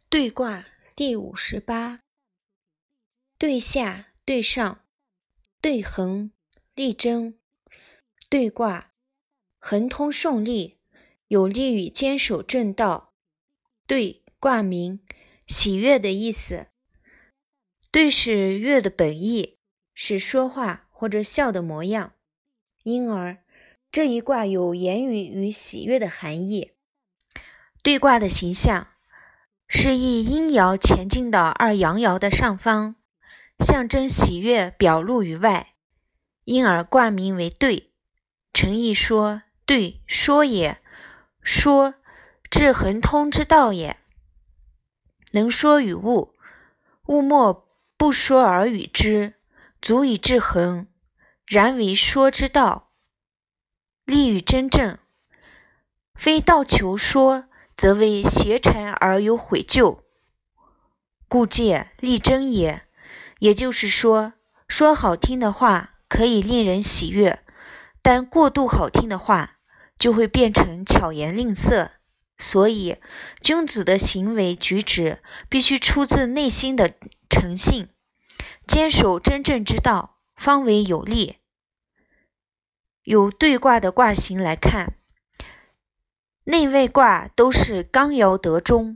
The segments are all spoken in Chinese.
对卦第58，对下、对上、对横、力争。对卦横通顺利，有利于坚守正道。对卦名，喜悦的意思。对是悦的本意，是说话或者笑的模样，因而这一卦有言语与喜悦的含义。对卦的形象是一阴爻前进到二阳爻的上方，象征喜悦表露于外，因而卦名为对。诚意说，对，说也，说至恒通之道也。能说与物，物莫不说而与之，足以至恒，然为说之道，利于真正。非道求说，则为邪谗而有悔咎，故借力争也。也就是说，说好听的话可以令人喜悦，但过度好听的话就会变成巧言令色。所以君子的行为举止必须出自内心的诚信，坚守真正之道，方为有利。由对卦的卦形来看，内外卦都是刚爻得中，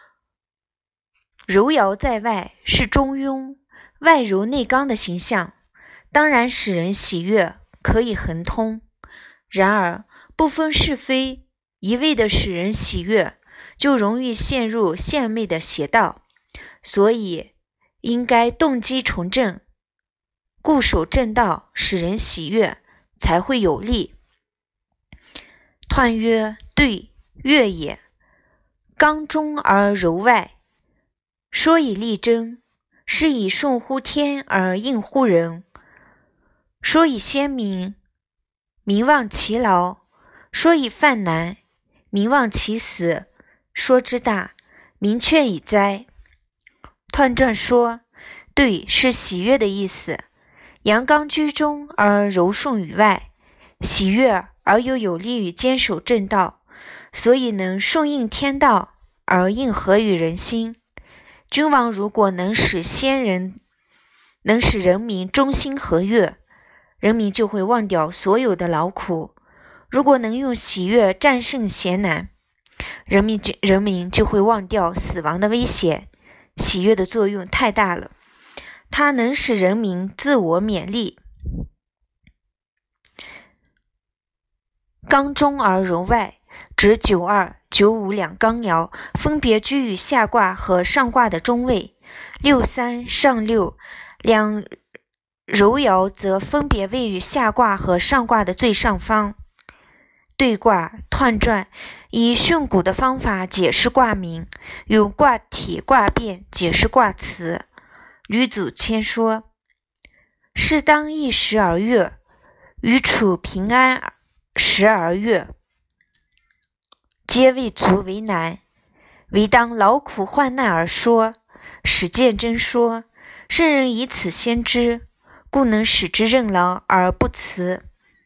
柔爻在外是中庸，外柔内刚的形象当然使人喜悦，可以恒通。然而不分是非，一味的使人喜悦，就容易陷入献媚的邪道。所以应该动机从正，固守正道，使人喜悦，才会有利。彖曰对，悦也。刚中而柔外，说以力争，是以顺乎天而应乎人。说以先民，民忘其劳；说以犯难，民忘其死。说之大，民却以哉。彖传说，对是喜悦的意思。阳刚居中而柔顺于外，喜悦而又有利于坚守正道，所以能顺应天道而应合于人心。君王如果能使人民忠心和悦，人民就会忘掉所有的劳苦。如果能用喜悦战胜险难，人民就会忘掉死亡的危险。喜悦的作用太大了，它能使人民自我勉励。刚中而柔外，指92、95两刚爻分别居于下卦和上卦的中位，63、上6两柔爻则分别位于下卦和上卦的最上方。对卦彖传以训诂的方法解释卦名，用卦体卦变解释卦辞。吕祖谦说，是当一时而悦，于处平安时而悦，皆未足为难，唯当劳苦患难而说。史见真说，圣人以此先知，故能使之任劳而不辞，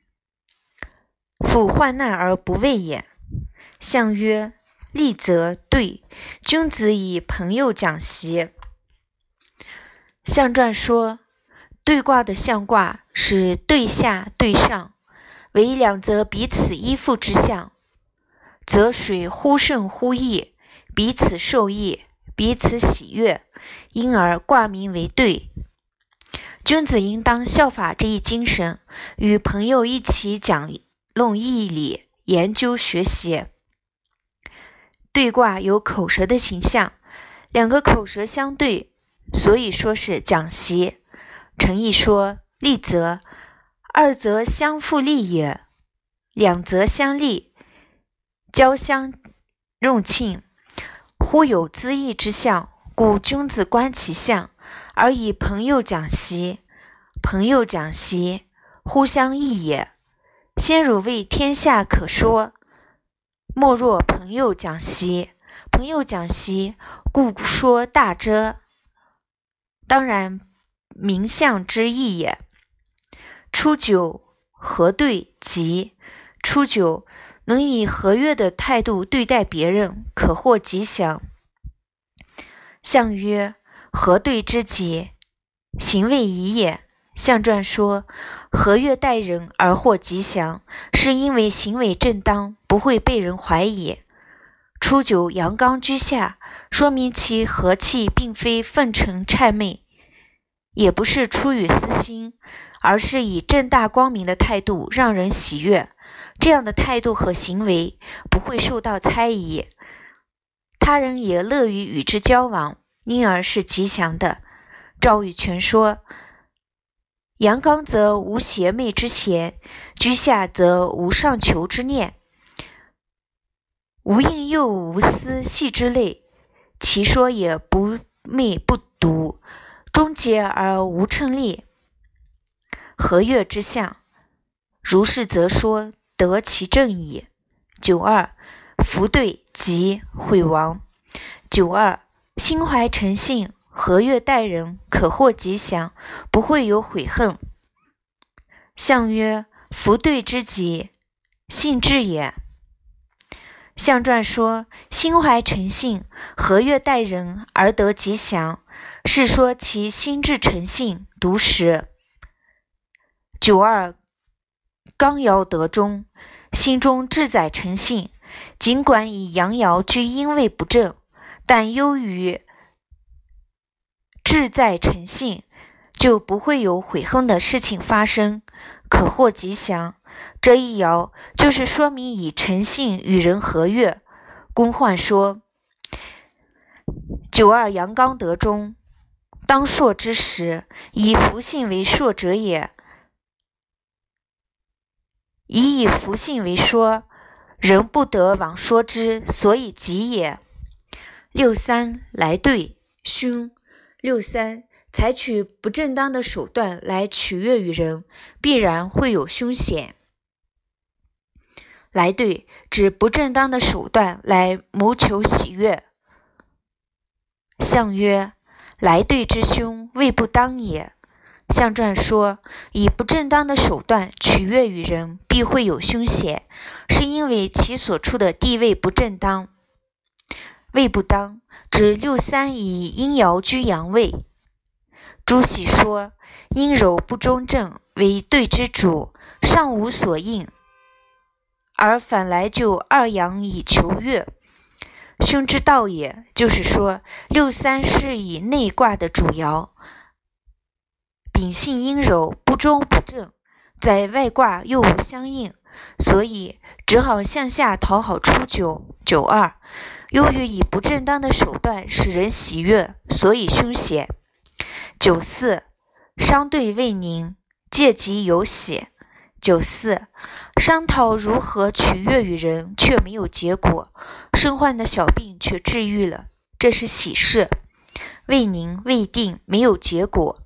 抚患难而不畏也。象曰，利则对，君子以朋友讲习。象传说，对卦的象卦是对下对上，为两则彼此依附之象，则水忽胜忽益，彼此受益，彼此喜悦，因而卦名为对。君子应当效法这一精神，与朋友一起讲论义理，研究学习。对卦有口舌的形象，两个口舌相对，所以说是讲习。诚意说，利则，二则相互利也，两则相利，交相用庆，忽有恣意之象，故君子观其象，而以朋友讲习。朋友讲习，互相益也。先儒谓天下可说，莫若朋友讲习。朋友讲习，故说大遮，当然名相之意也。初九和对吉，初九能以和悦的态度对待别人，可获吉祥。 象曰：何对之极？行位宜也。象传说，何月待人而获吉祥，是因为行为正当，不会被人怀疑。初九阳刚居下，说明其和气并非愤沉谄媚，也不是出于私心，而是以正大光明的态度让人喜悦。这样的态度和行为不会受到猜疑，他人也乐于与之交往，因而是吉祥的。赵玉泉说，阳刚则无邪魅之嫌，居下则无上求之念，无应又无私细之类，其说也不媚不独，终结而无称立。何月之象，如是则说得其正矣。92福对吉毁亡。92心怀诚信，和悦待人，可获吉祥，不会有悔恨。象曰：福对之吉，信至也。象传说，心怀诚信，和悦待人而得吉祥，是说其心智诚信，笃实。92刚爻得中，心中志在诚信，尽管以阳爻居阴位不正，但优于志在诚信，就不会有悔恨的事情发生，可获吉祥。这一爻就是说明以诚信与人和悦。公焕说：92阳刚得中，当朔之时，以福信为朔者也。以福信为说，人不得往说之，所以吉也。63来对凶。63采取不正当的手段来取悦于人，必然会有凶险。来对指不正当的手段来谋求喜悦。象曰：来对之凶，谓不当也。象传说，以不正当的手段取悦于人，必会有凶险，是因为其所处的地位不正当。位不当指63以阴爻居阳位。朱熹说，阴柔不中正，为对之主，上无所应，而反来就二阳以求悦，凶之道也。就是说，63是以内卦的主爻，秉性阴柔，不中不正，在外卦又无相应，所以只好向下讨好初九。92由于以不正当的手段使人喜悦，所以凶险。94商对未宁，借吉有喜。94商讨如何取悦于人，却没有结果，身患的小病却治愈了，这是喜事。未宁未定，没有结果。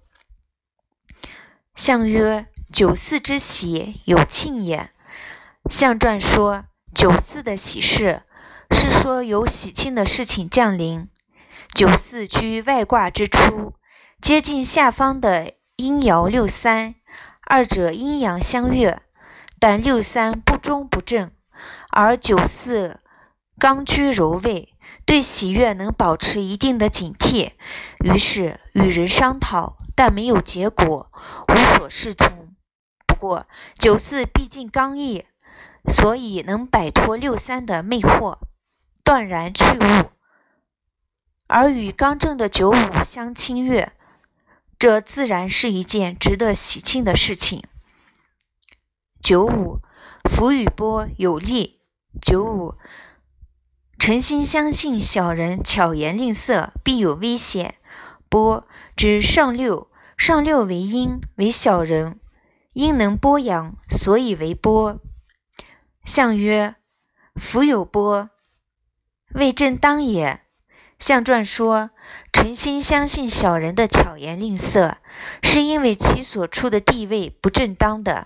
象曰：94之喜，有庆也。象传说94的喜事，是说有喜庆的事情降临。94居外卦之初，接近下方的阴爻63，二者阴阳相悦，但63不中不正，而94刚居柔位，对喜悦能保持一定的警惕，于是与人商讨，但没有结果，无所适从。不过94毕竟刚毅，所以能摆脱63的魅惑，断然去物，而与刚正的95相侵悦，这自然是一件值得喜庆的事情。95福与波有利。95诚心相信小人巧言令色，必有危险。波指上六，上六为阴，为小人，阴能波阳，所以为波。象曰：福有波，谓正当也。象传说，诚心相信小人的巧言令色，是因为其所处的地位不正当的。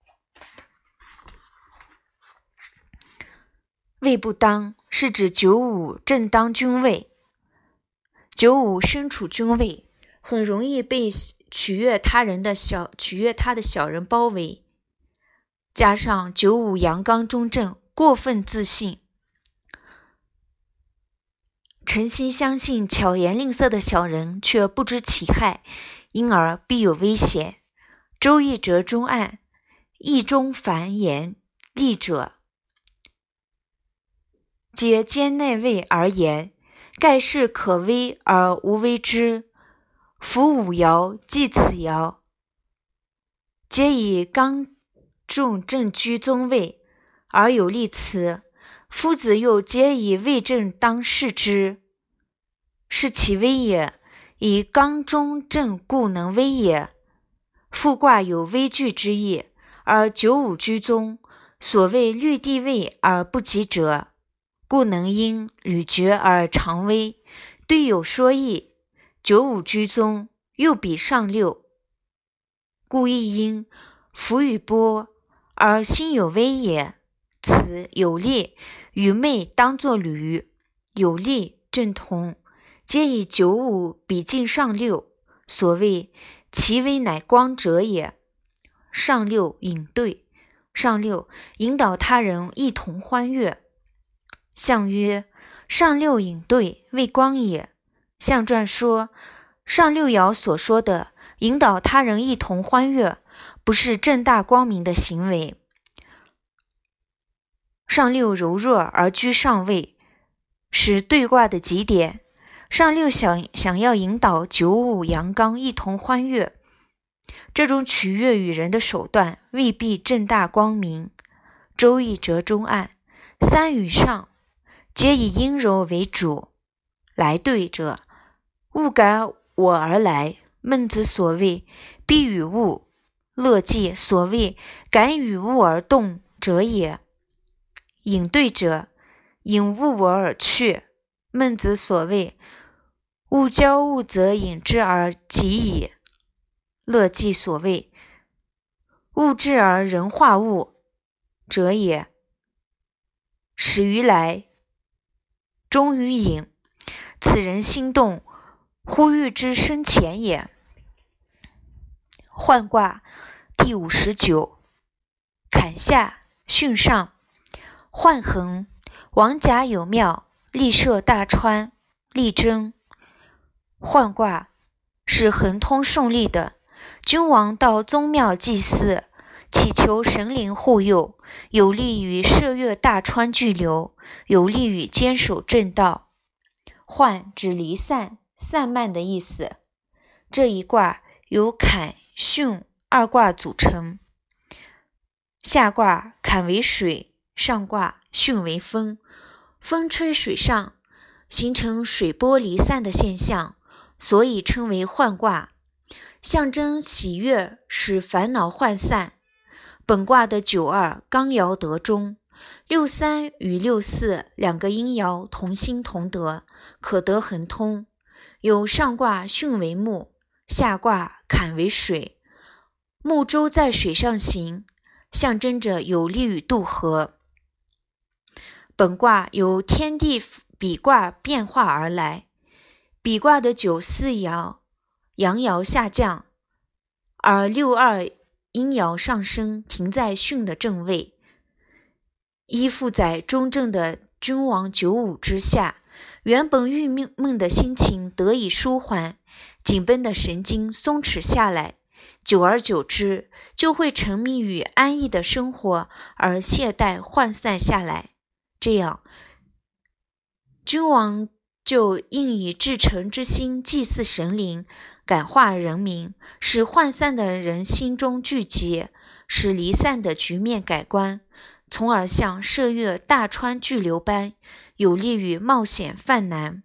位不当是指95正当君位。95身处君位，很容易被取悦他的小人包围，加上95阳刚中正，过分自信， 诚心相信巧言令色的小人，却不知其害，因而必有危险。周易折中案，易中繁言利者，皆兼内位而言，盖事可危而无为之。夫五爻即此爻，皆以刚中正居宗位而有利辞，夫子又皆以位正当视之，是其危也。以刚中正故能危也。复卦有危惧之意，而九五居中，所谓虑地位而不及者，故能因履绝而常危。对有说义，九五居中，又比上六，故亦因福与波而心有危也。此有利与昧当作履，有利正同，皆以九五比近上六，所谓其危乃光者也。上六引对，上六引导他人一同欢悦。象曰：上六引对，为光也。象传说，上六爻所说的引导他人一同欢悦，不是正大光明的行为。上六柔弱而居上位，是对卦的极点。上六想要引导九五阳刚一同欢悦，这种取悦于人的手段未必正大光明。周易折中案，三与上，皆以阴柔为主。来对者，物感我而来。孟子所谓必与物，乐记所谓感与物而动者也。引对者，引物我而去。孟子所谓物交物则引之而极矣。乐记所谓物质而人化物者也。始于来，终于隐，此人心动，忽欲之生前也。涣卦第59，坎下巽上，涣横，王甲有庙，利涉大川，利贞。涣卦是亨通顺利的，君王到宗庙祭祀，祈求神灵护佑，有利于涉越大川巨流，有利于坚守正道。涣指离散、散漫的意思。这一卦由坎、巽二卦组成。下卦坎为水，上卦巽为风，风吹水上，形成水波离散的现象，所以称为涣卦，象征喜悦，使烦恼涣散。本卦的92刚爻得中，63与64两个阴爻同心同德，可得亨通。有上卦巽为木，下卦坎为水，木舟在水上行，象征着有利于渡河。本卦由天地比卦变化而来，比卦的94爻阳爻下降，而62阴爻上升，停在巽的正位，依附在中正的君王95之下，原本郁闷的心情得以舒缓，紧绷的神经松弛下来，久而久之，就会沉迷于安逸的生活，而懈怠涣散下来。这样，君王就应以至诚之心祭祀神灵，感化人民，使涣散的人心中聚集，使离散的局面改观，从而像涉越大川巨流般，有利于冒险犯难。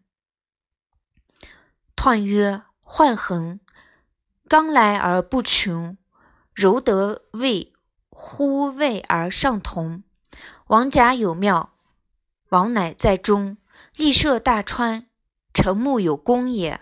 彖曰：涣横，刚来而不穷，柔得位，忽位而上同。王甲有庙，王乃在中，利涉大川，成木有功也。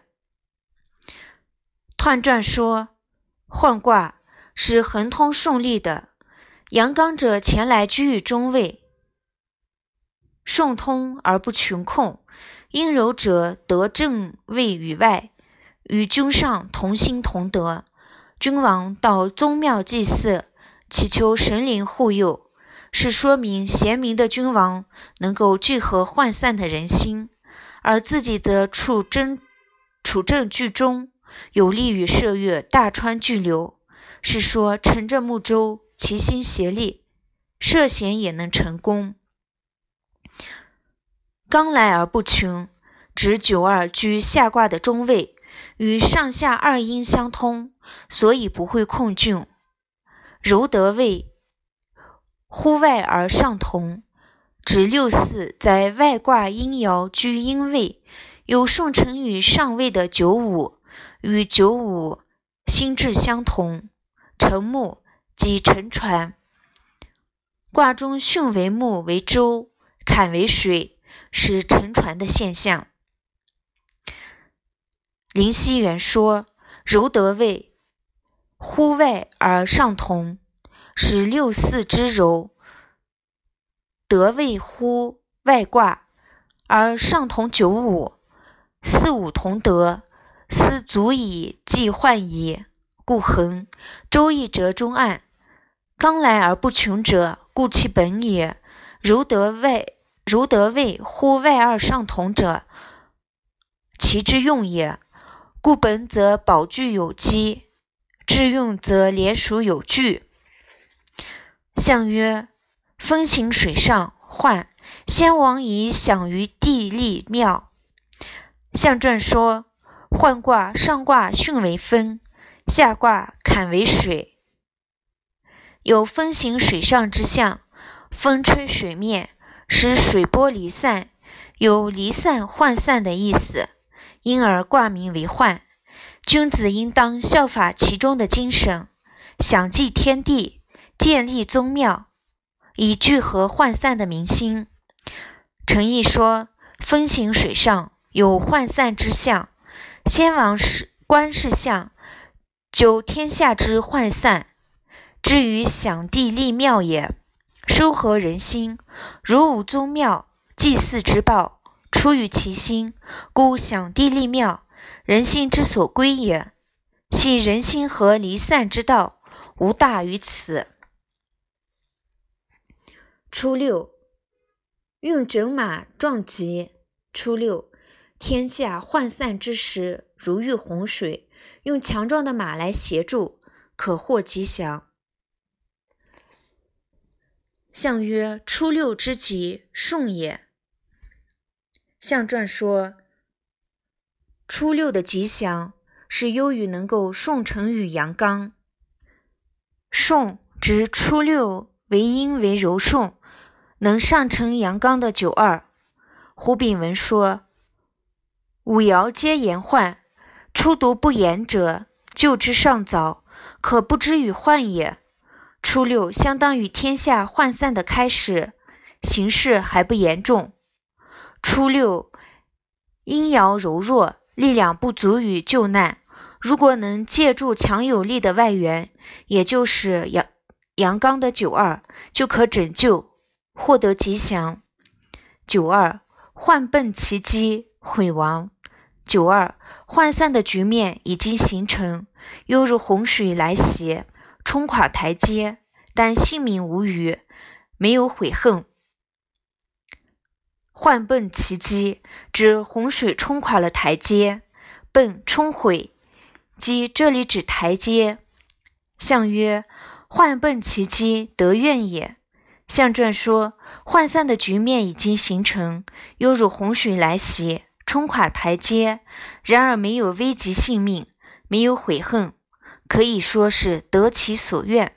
彖传说，涣卦是亨通顺利的，阳刚者前来居于中位，顺通而不穷困；阴柔者得正位于外，与君上同心同德。君王到宗庙祭祀，祈求神灵护佑，是说明贤明的君王能够聚合涣散的人心， 而自己则处正居中，有利于涉越大川巨流。是说乘着木舟，齐心协力，涉险也能成功。刚来而不穷，指九二居下卦的中位，与上下二阴相通，所以不会空峻。柔得位，忽外而上同，指六四在外卦阴爻居阴位，有送成于上位的九五，与九五心智相同。乘木即乘船，卦中巽为木为舟，坎为水，是乘船的现象。林熙元说，柔得位，忽外而上同，是六四之柔，得位乎外卦，而上同九五，四五同德，斯足以济患矣。故恒，周易折中案。刚来而不穷者，故其本也。柔得位乎外二上同者，其之用也。故本则保具有机，至用则连属有据。象曰：风行水上，涣。先王以享于地利庙。象传说，涣卦上卦巽为风，下卦坎为水，有风行水上之象，风吹水面，使水波离散，有离散涣散的意思，因而卦名为涣。君子应当效法其中的精神，享济天地，建立宗庙，以聚合涣散的民心。诚意说，风行水上，有涣散之象，先王观是象，就天下之涣散。至于享地立庙也，收合人心，如无宗庙，祭祀之报，出于其心，故享地立庙，人心之所归也。系人心合离散之道，无大于此。初六，用整马壮吉。初六，天下涣散之时，如遇洪水，用强壮的马来协助，可获吉祥。象曰：初六之吉，顺也。象传说，初六的吉祥是优于能够顺承于阳刚。顺指初六为阴为柔顺，能上承阳刚的九二。胡炳文说，五爻皆言涣，初读不言者，就之尚早，可不知与涣也。初六相当于天下涣散的开始，形势还不严重。初六阴爻柔弱，力量不足以救难，如果能借助强有力的外援，也就是阳刚的九二，就可拯救，获得吉祥。九二，涣迸其机，毁亡。九二，涣散的局面已经形成，犹如洪水来袭，冲垮台阶，但性命无虞，没有悔恨。涣迸其机，指洪水冲垮了台阶，迸冲毁，机这里指台阶。象曰：涣迸其机，得愿也。象传说，涣散的局面已经形成，犹如洪水来袭，冲垮台阶，然而没有危及性命，没有悔恨，可以说是得其所愿。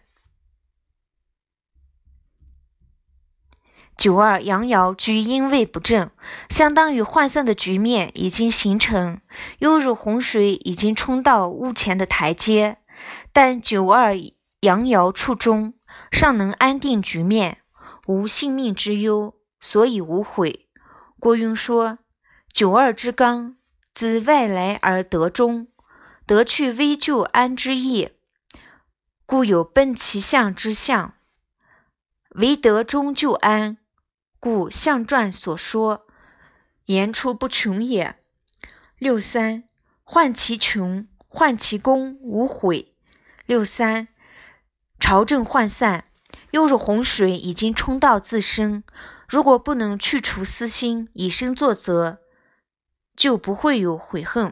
九二阳爻居阴位不正，相当于涣散的局面已经形成，犹如洪水已经冲到屋前的台阶，但九二阳爻处中，尚能安定局面，无性命之忧，所以无悔。郭雍说，九二之刚，自外来而得中，得去危救安之意，故有迸其象之象，唯得中救安，故象传所说，言出不穷也。六三，涣其穷，涣其功，无悔。六三，朝政涣散，犹如洪水已经冲到自身，如果不能去除私心，以身作则， 就不会有悔恨。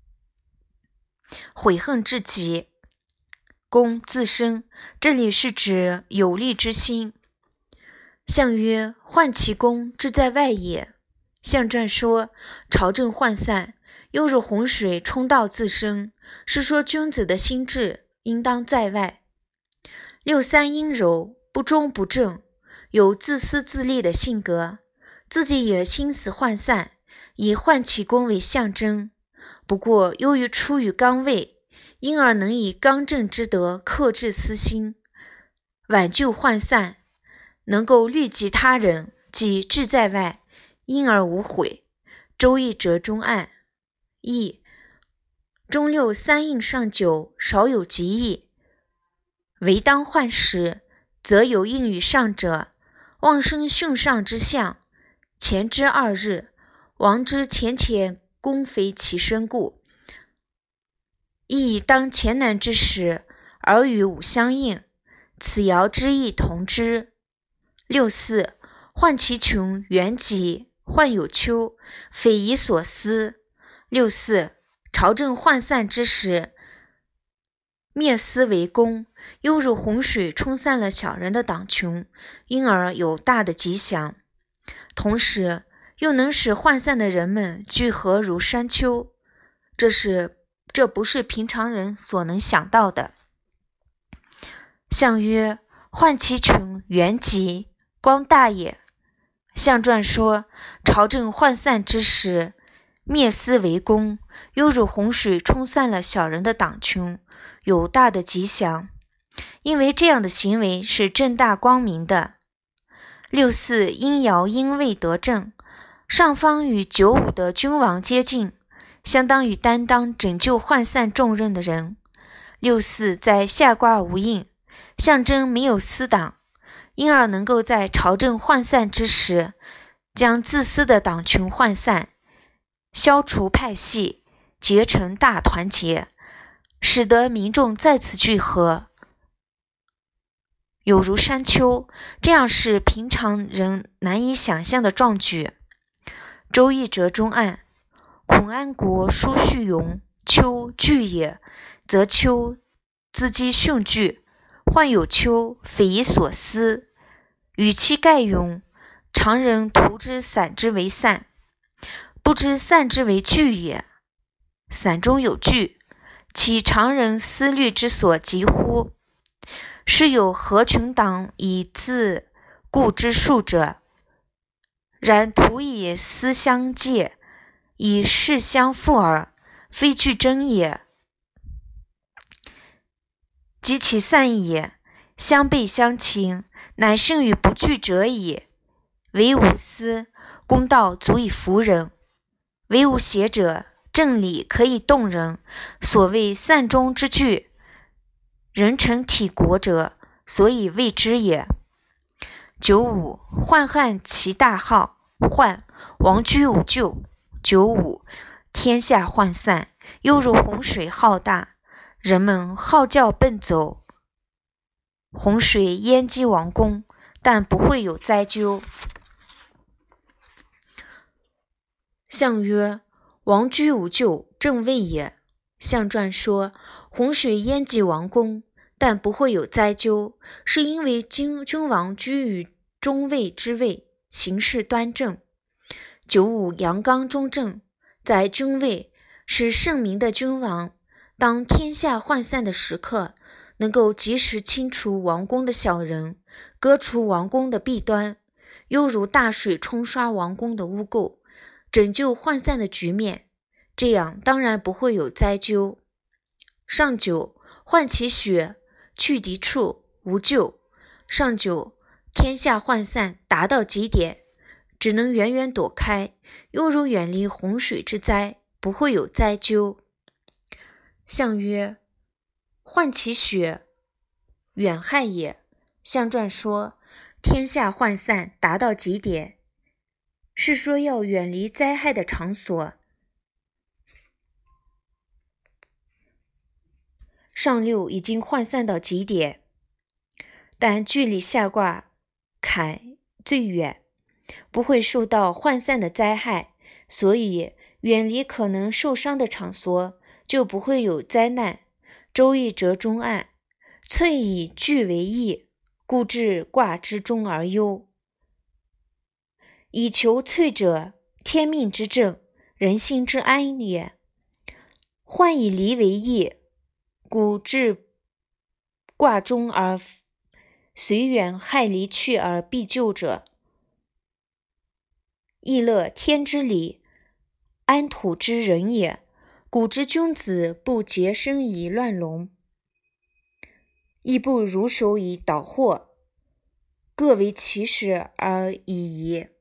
悔恨至极，功自生，这里是指有力之心。象曰：患其功，志在外也。象传说，朝政涣散，犹如洪水冲到自身，是说君子的心智应当在外。六三阴柔，不忠不正，有自私自利的性格，自己也心思涣散，以患其功为象征。不过由于出于刚位，因而能以刚正之德克制私心，挽救涣散，能够虑及他人，即志在外，因而无悔。周易折中案义，中六三应上九，少有极义，唯当涣时，则有应与上者，望生巽上之象，前之2日，王之前功非其身故，亦当前难之时，而与午相应，此爻之意同之。六四，患其穷，元吉，患有秋，匪夷所思。六四，朝政涣散之时，灭私为公，犹如洪水冲散了小人的党群，因而有大的吉祥。同时又能使涣散的人们聚合如山丘，这不是平常人所能想到的。象曰：患其穷，元吉，光大也。象传说，朝政涣散之时，灭私为公，犹如洪水冲散了小人的党群，有大的吉祥。因为这样的行为是正大光明的。六四，阴爻因未得正，上方与九五的君王接近，相当于担当拯救涣散重任的人。六四在下卦无应，象征没有私党，因而能够在朝政涣散之时，将自私的党群涣散，消除派系，结成大团结，使得民众再次聚合，有如山丘，这样是平常人难以想象的壮举。周易折中案，孔安国书序云：秋惧也，则秋资机巽惧，患有秋，匪夷所思。与其概云：常人图之散之为散，不知散之为聚也。散中有聚，其常人思虑之所及乎？是有合群党以自固之术者，然徒以私相借，以事相复耳，非具真也。及其散也，相背相亲，乃胜于不惧者也。唯吾私，公道足以服人；唯吾邪者，正理可以动人。所谓散中之聚，人成体国者，所以谓之也。九五，涣汉其大号，涣，王居无咎。九五，天下涣散，犹如洪水浩大，人们号叫奔走，洪水淹击王宫，但不会有灾咎。象曰：王居无咎，正位也。象传说，洪水淹击王宫，但不会有灾咎，是因为君王居于中位之位，行事端正。九五阳刚中正，在君位，是圣明的君王，当天下涣散的时刻，能够及时清除王宫的小人，割除王宫的弊端，犹如大水冲刷王宫的污垢，拯救涣散的局面，这样当然不会有灾咎。上九，患其血，去敌处，无咎。上九，天下涣散达到极点，只能远远躲开，犹如远离洪水之灾，不会有灾咎。象曰：患其血，远害也。象传说，天下涣散达到极点，是说要远离灾害的场所。上六已经涣散到极点，但距离下卦坎最远，不会受到涣散的灾害，所以远离可能受伤的场所，就不会有灾难。周易折中案，萃以聚为益，故至卦之中而忧。以求萃者，天命之正，人心之安也。患以离为益，故至卦中而随远害离去而必救者。亦乐天之理，安土之人也。古之君子不洁身以乱伦，亦不如手以导祸，各为其事而已矣。